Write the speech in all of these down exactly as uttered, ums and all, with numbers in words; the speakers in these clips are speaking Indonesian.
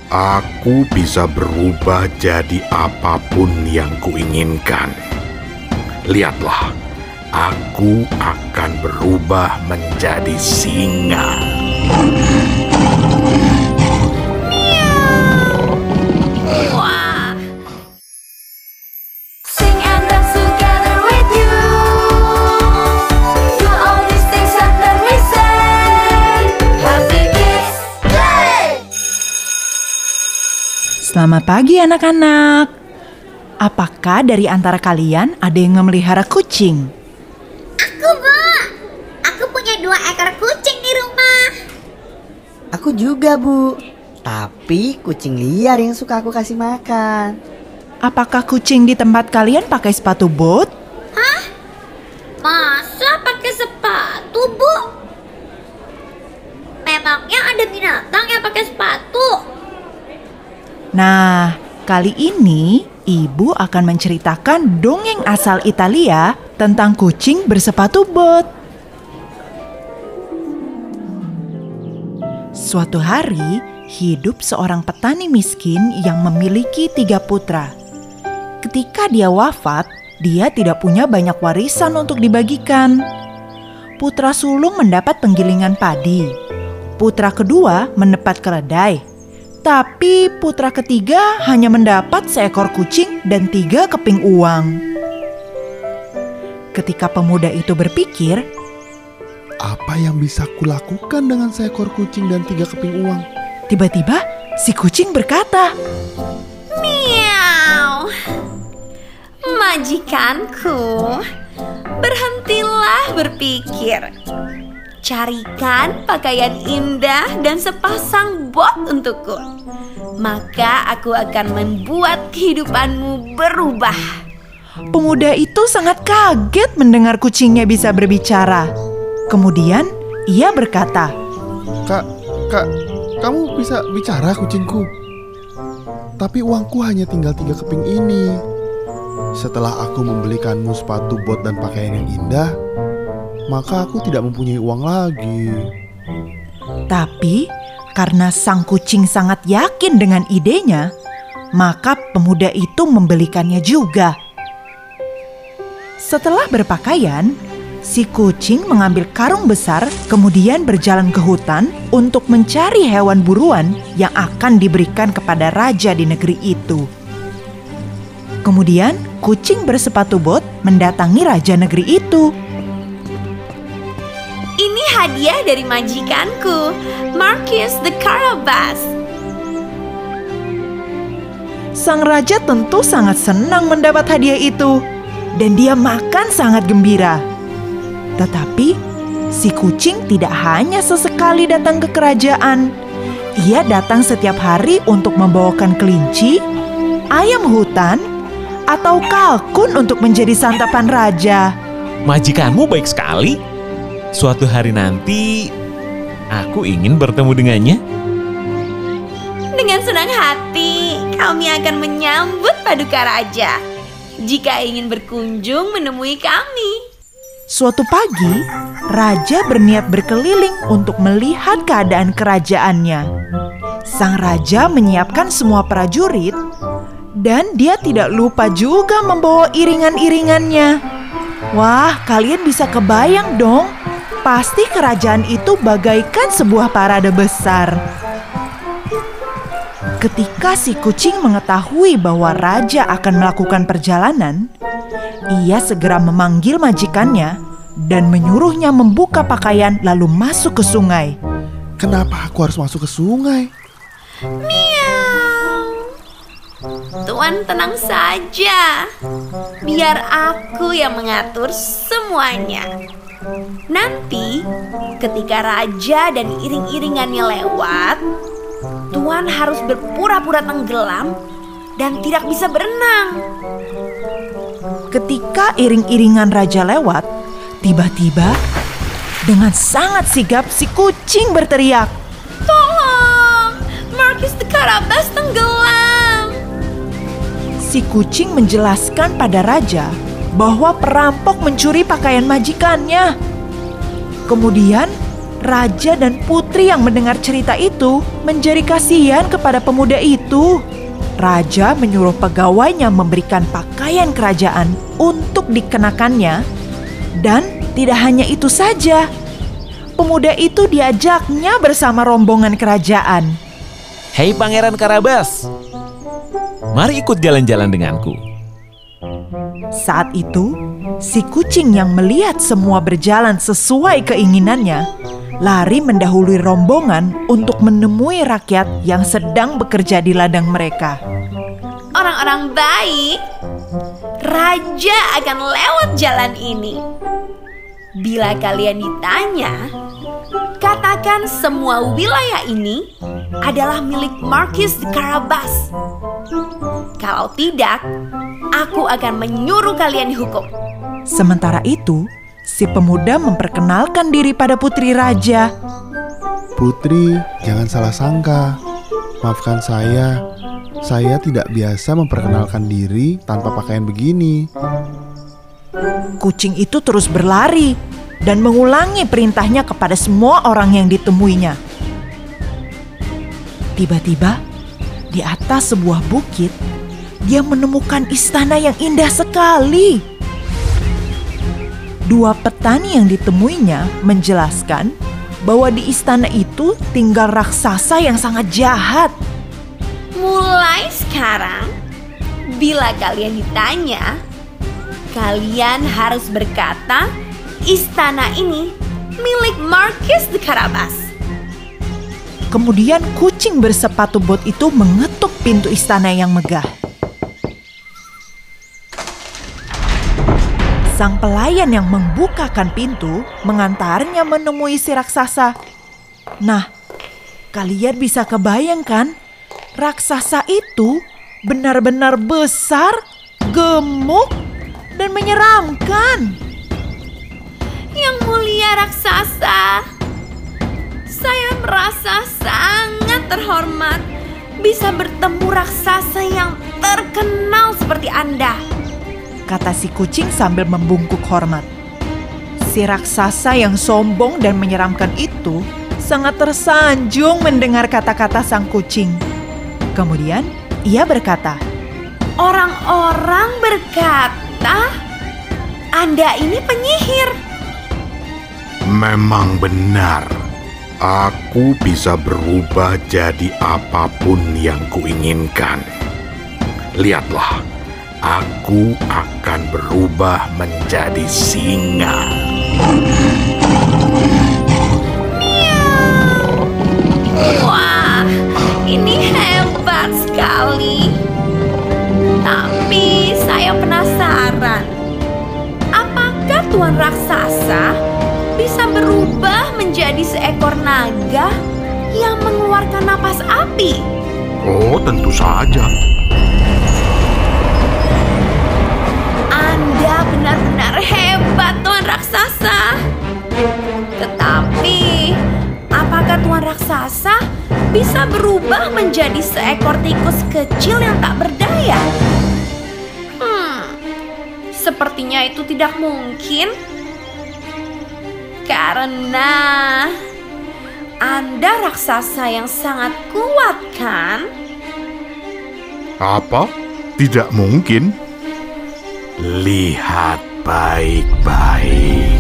Aku bisa berubah jadi apapun yang kuinginkan. Lihatlah, aku akan berubah menjadi singa. Wah. Sing and dance together with you. Do all these things and then we say, Happy Kids Day. Selamat pagi anak-anak. Apakah dari antara kalian ada yang memelihara kucing? Aku, Bu. Aku punya dua ekor kucing di rumah. Aku juga, Bu. Tapi kucing liar yang suka aku kasih makan. Apakah kucing di tempat kalian pakai sepatu bot? Hah? Masa pakai sepatu, Bu? Memangnya ada binatang yang pakai sepatu? Nah, kali ini Ibu akan menceritakan dongeng asal Italia tentang kucing bersepatu bot. Suatu hari, hidup seorang petani miskin yang memiliki tiga putra. Ketika dia wafat, dia tidak punya banyak warisan untuk dibagikan. Putra sulung mendapat penggilingan padi. Putra kedua mendapat keledai. Tapi putra ketiga hanya mendapat seekor kucing dan tiga keping uang. Ketika pemuda itu berpikir, apa yang bisa kulakukan dengan seekor kucing dan tiga keping uang? tiba-tiba si kucing berkata, Miau. Majikanku, berhentilah berpikir. Carikan pakaian indah dan sepasang bot untukku. Maka aku akan membuat kehidupanmu berubah. Pemuda itu sangat kaget mendengar kucingnya bisa berbicara. Kemudian ia berkata, Kak, kak, kamu bisa bicara kucingku? Tapi uangku hanya tinggal tiga keping ini. Setelah aku membelikanmu sepatu bot dan pakaian yang indah, maka aku tidak mempunyai uang lagi. Tapi karena sang kucing sangat yakin dengan idenya, maka pemuda itu membelikannya juga. Setelah berpakaian, si kucing mengambil karung besar kemudian berjalan ke hutan untuk mencari hewan buruan yang akan diberikan kepada raja di negeri itu. Kemudian kucing bersepatu bot mendatangi raja negeri itu. Ini hadiah dari majikanku, Marquis de Carabas. Sang raja tentu sangat senang mendapat hadiah itu, dan dia makan sangat gembira. Tetapi si kucing tidak hanya sesekali datang ke kerajaan. Ia datang setiap hari untuk membawakan kelinci, ayam hutan, atau kalkun untuk menjadi santapan raja. Majikanmu baik sekali. Suatu hari nanti, aku ingin bertemu dengannya. Dengan senang hati, kami akan menyambut paduka raja jika ingin berkunjung menemui kami. Suatu pagi, raja berniat berkeliling untuk melihat keadaan kerajaannya. Sang raja menyiapkan semua prajurit, dan dia tidak lupa juga membawa iringan-iringannya. Wah, kalian bisa kebayang dong. Pasti kerajaan itu bagaikan sebuah parade besar. Ketika si kucing mengetahui bahwa raja akan melakukan perjalanan, ia segera memanggil majikannya dan menyuruhnya membuka pakaian lalu masuk ke sungai. Kenapa aku harus masuk ke sungai? Miau. Tuan tenang saja. Biar aku yang mengatur semuanya. Nanti ketika raja dan iring-iringannya lewat, Tuan harus berpura-pura tenggelam dan tidak bisa berenang. Ketika iring-iringan raja lewat, tiba-tiba dengan sangat sigap si kucing berteriak, Tolong, Marquis de Carabas tenggelam. Si kucing menjelaskan pada raja bahwa perampok mencuri pakaian majikannya. Kemudian Raja dan putri yang mendengar cerita itu menjadi kasihan kepada pemuda itu. Raja menyuruh pegawainya memberikan pakaian kerajaan untuk dikenakannya. Dan tidak hanya itu saja, pemuda itu diajaknya bersama rombongan kerajaan. Hei Pangeran Karabas, mari ikut jalan-jalan denganku. Saat itu, si kucing yang melihat semua berjalan sesuai keinginannya, lari mendahului rombongan untuk menemui rakyat yang sedang bekerja di ladang mereka. Orang-orang baik, raja akan lewat jalan ini. Bila kalian ditanya, katakan semua wilayah ini adalah milik Marquis de Carabas. Kalau tidak, aku akan menyuruh kalian dihukum. Sementara itu, si pemuda memperkenalkan diri pada putri raja. Putri, jangan salah sangka. Maafkan saya, saya tidak biasa memperkenalkan diri tanpa pakaian begini. Kucing itu terus berlari dan mengulangi perintahnya kepada semua orang yang ditemuinya. Tiba-tiba, di atas sebuah bukit, dia menemukan istana yang indah sekali. Dua petani yang ditemuinya menjelaskan bahwa di istana itu tinggal raksasa yang sangat jahat. Mulai sekarang, bila kalian ditanya, kalian harus berkata, istana ini milik Marquis de Carabas. Kemudian kucing bersepatu bot itu mengetuk pintu istana yang megah. Sang pelayan yang membukakan pintu mengantarnya menemui si raksasa. Nah, kalian bisa kebayangkan, raksasa itu benar-benar besar, gemuk, dan menyeramkan. Yang mulia raksasa, saya merasa sangat terhormat bisa bertemu raksasa yang terkenal seperti Anda, kata si kucing sambil membungkuk hormat. Si raksasa yang sombong dan menyeramkan itu sangat tersanjung mendengar kata-kata sang kucing. Kemudian ia berkata, orang-orang berkata, Anda ini penyihir. Memang benar, aku bisa berubah jadi apapun yang kuinginkan. Lihatlah, aku akan berubah menjadi singa. Wah, ini hebat sekali. Tapi saya penasaran, apakah Tuan Raksasa bisa berubah menjadi seekor naga yang mengeluarkan napas api? Oh, tentu saja. Anda benar-benar hebat, Tuan Raksasa. Tetapi, apakah Tuan Raksasa bisa berubah menjadi seekor tikus kecil yang tak berdaya? Hmm, sepertinya itu tidak mungkin. Karena Anda raksasa yang sangat kuat, kan? Apa? Tidak mungkin. Lihat baik-baik.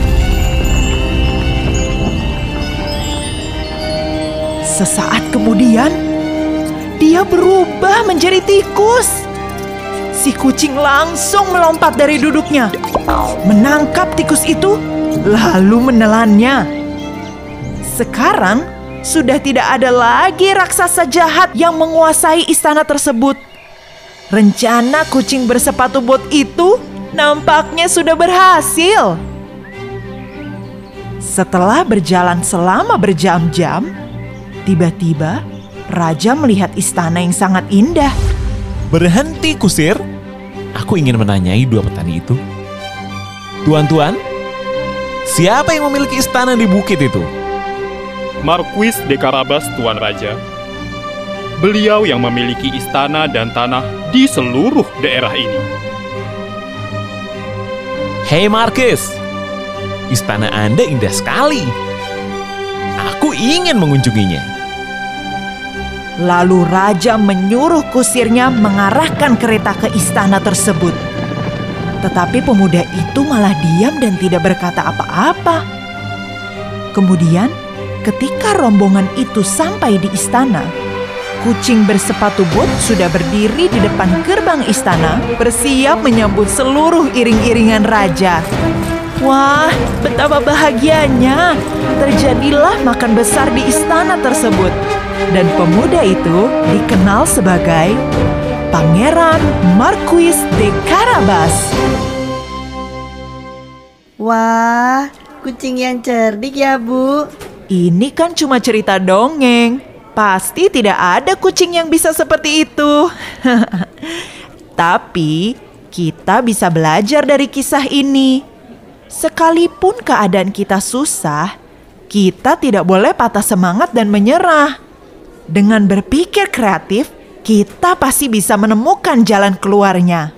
sesaat kemudian dia berubah menjadi tikus. Si kucing langsung melompat dari duduknya, menangkap tikus itu, lalu menelannya. Sekarang sudah tidak ada lagi raksasa jahat yang menguasai istana tersebut. Rencana kucing bersepatu bot itu nampaknya sudah berhasil. Setelah berjalan selama berjam-jam, tiba-tiba raja melihat istana yang sangat indah. Berhenti kusir, aku ingin menanyai dua petani itu. Tuan-tuan, siapa yang memiliki istana di bukit itu? Marquis de Carabas, Tuan Raja. Beliau yang memiliki istana dan tanah di seluruh daerah ini. Hei Marquis, istana Anda indah sekali. ingin mengunjunginya. Lalu raja menyuruh kusirnya mengarahkan kereta ke istana tersebut. Tetapi pemuda itu malah diam dan tidak berkata apa-apa. Kemudian, ketika rombongan itu sampai di istana, kucing bersepatu bot sudah berdiri di depan gerbang istana, bersiap menyambut seluruh iring-iringan raja. Wah, betapa bahagianya! Terjadilah makan besar di istana tersebut. Dan pemuda itu dikenal sebagai Pangeran Marquis de Carabas. Wah, kucing yang cerdik ya, Bu. Ini kan cuma cerita dongeng. Pasti tidak ada kucing yang bisa seperti itu. Tapi kita bisa belajar dari kisah ini. Sekalipun keadaan kita susah, kita tidak boleh patah semangat dan menyerah. Dengan berpikir kreatif, kita pasti bisa menemukan jalan keluarnya.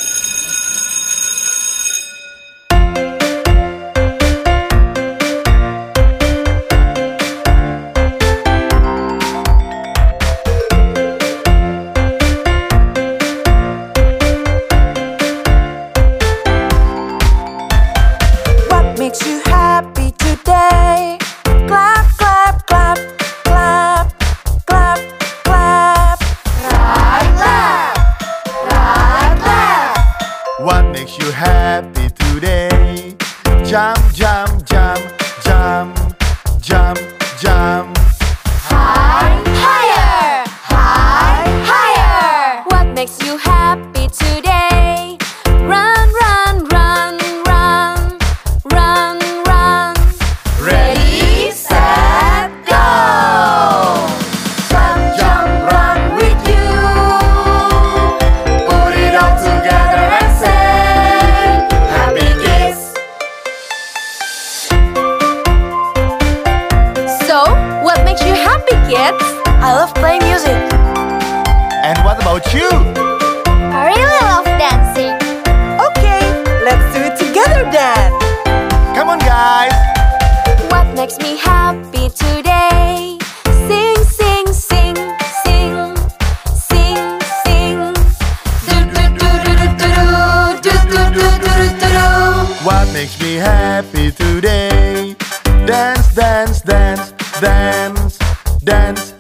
What makes you happy today? Clap, clap, clap, clap, clap, clap. Right, left, right, left. What makes you happy today? Jump, jump, jump, jump, jump, jump. High, higher, high, higher. What makes you happy today? Run, run, run, run, run, run. Ready, set, go. Jump, jump, run with you. Put it all together and say, Happy Kids. So, what makes you happy, kids? I love playing music. And what about you? I really love dancing. Okay, let's do it together then. Come on, guys. What makes me happy today? Sing, sing, sing, sing, sing, sing. Do do do do do do do do do do do do. What makes me happy today? Dance, dance, dance, dance, dance,